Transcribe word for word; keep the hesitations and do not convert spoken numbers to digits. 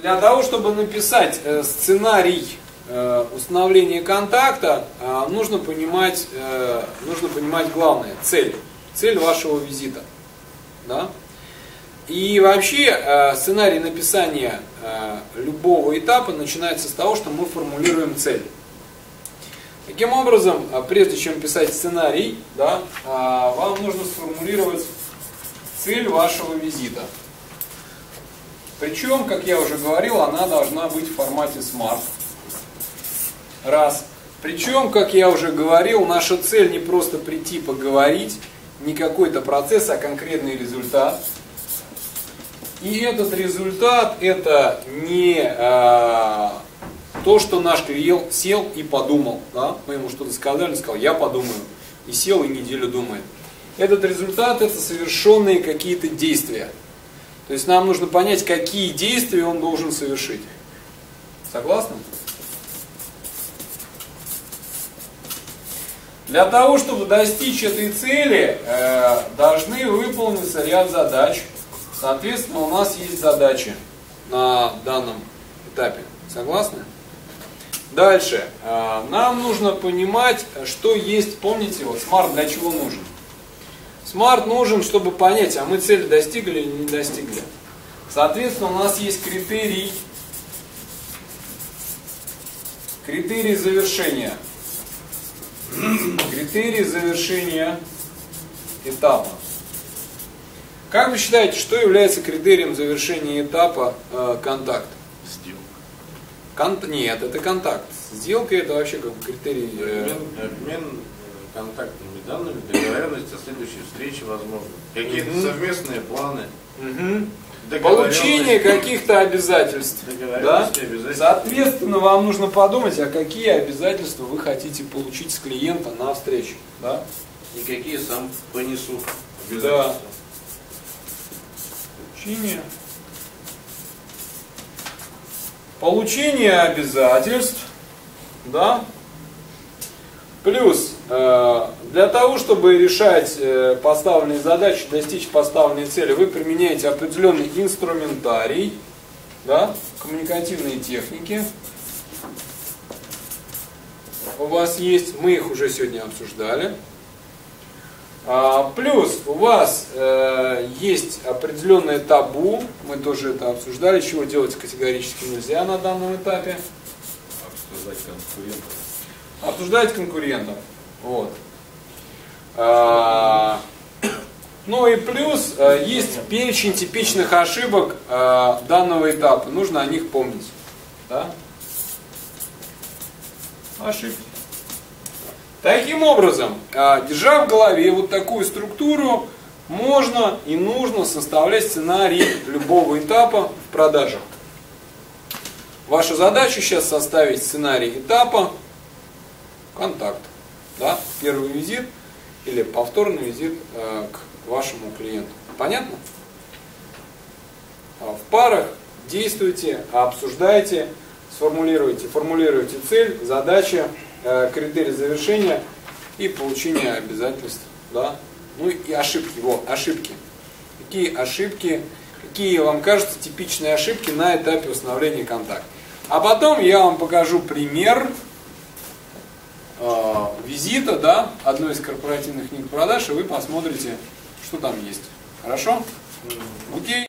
Для того, чтобы написать сценарий установления контакта, нужно понимать, нужно понимать главное, цель, цель вашего визита. Да? И вообще сценарий написания любого этапа начинается с того, что мы формулируем цель. Таким образом, прежде чем писать сценарий, да, вам нужно сформулировать цель вашего визита. Причем, как я уже говорил, она должна быть в формате смарт. Раз. Причем, как я уже говорил, наша цель не просто прийти поговорить, не какой-то процесс, а конкретный результат. И этот результат это не а, то, что наш клиент сел и подумал. Да? Мы ему что-то сказали, сказал, я подумаю. И сел и неделю думает. Этот результат это совершенные какие-то действия. То есть нам нужно понять, какие действия он должен совершить. Согласны? Для того, чтобы достичь этой цели, э, должны выполниться ряд задач. Соответственно, у нас есть задачи на данном этапе. Согласны? Дальше. Э, нам нужно понимать, что есть, помните, вот смарт для чего нужен? Смарт нужен, чтобы понять, а мы цели достигли или не достигли. Соответственно, у нас есть критерий, критерий завершения. Критерий завершения этапа. Как вы считаете, что является критерием завершения этапа э, контакта? Сделка. Кон... Нет, это контакт. Сделка это вообще как критерий. Э... Обмен, обмен контактными данными, договоренность о следующей встрече возможно. Какие-то Угу. совместные планы. Угу. Получение каких-то обязательств. Да? обязательств. Соответственно, вам нужно подумать, а какие обязательства вы хотите получить с клиента на встрече. Да? И какие сам понесу Да. Получение. Получение обязательств. Да? Плюс, э, для того, чтобы решать э, поставленные задачи, достичь поставленной цели, вы применяете определенный инструментарий, да, коммуникативные техники. У вас есть, мы их уже сегодня обсуждали. А, плюс у вас э, есть определенное табу, мы тоже это обсуждали, чего делать категорически нельзя на данном этапе. Обсуждать конкурентов. Обсуждать конкурентов. Вот. А, ну и плюс а, есть перечень типичных ошибок а, данного этапа. Нужно о них помнить. Да? Ошибки. Таким образом, а, держа в голове вот такую структуру, можно и нужно составлять сценарий любого этапа в продажах. Ваша задача сейчас составить сценарий этапа контакт, да, первый визит или повторный визит э, к вашему клиенту. Понятно? В парах действуйте, обсуждайте, сформулируйте, формулируйте цель, задача, э, критерий завершения и получение обязательств, да. Ну и ошибки. Вот, ошибки. Какие ошибки, какие вам кажутся типичные ошибки на этапе установления контакта. А потом я вам покажу пример визита, да, одной из корпоративных книг продаж, и вы посмотрите, что там есть. Хорошо? Окей.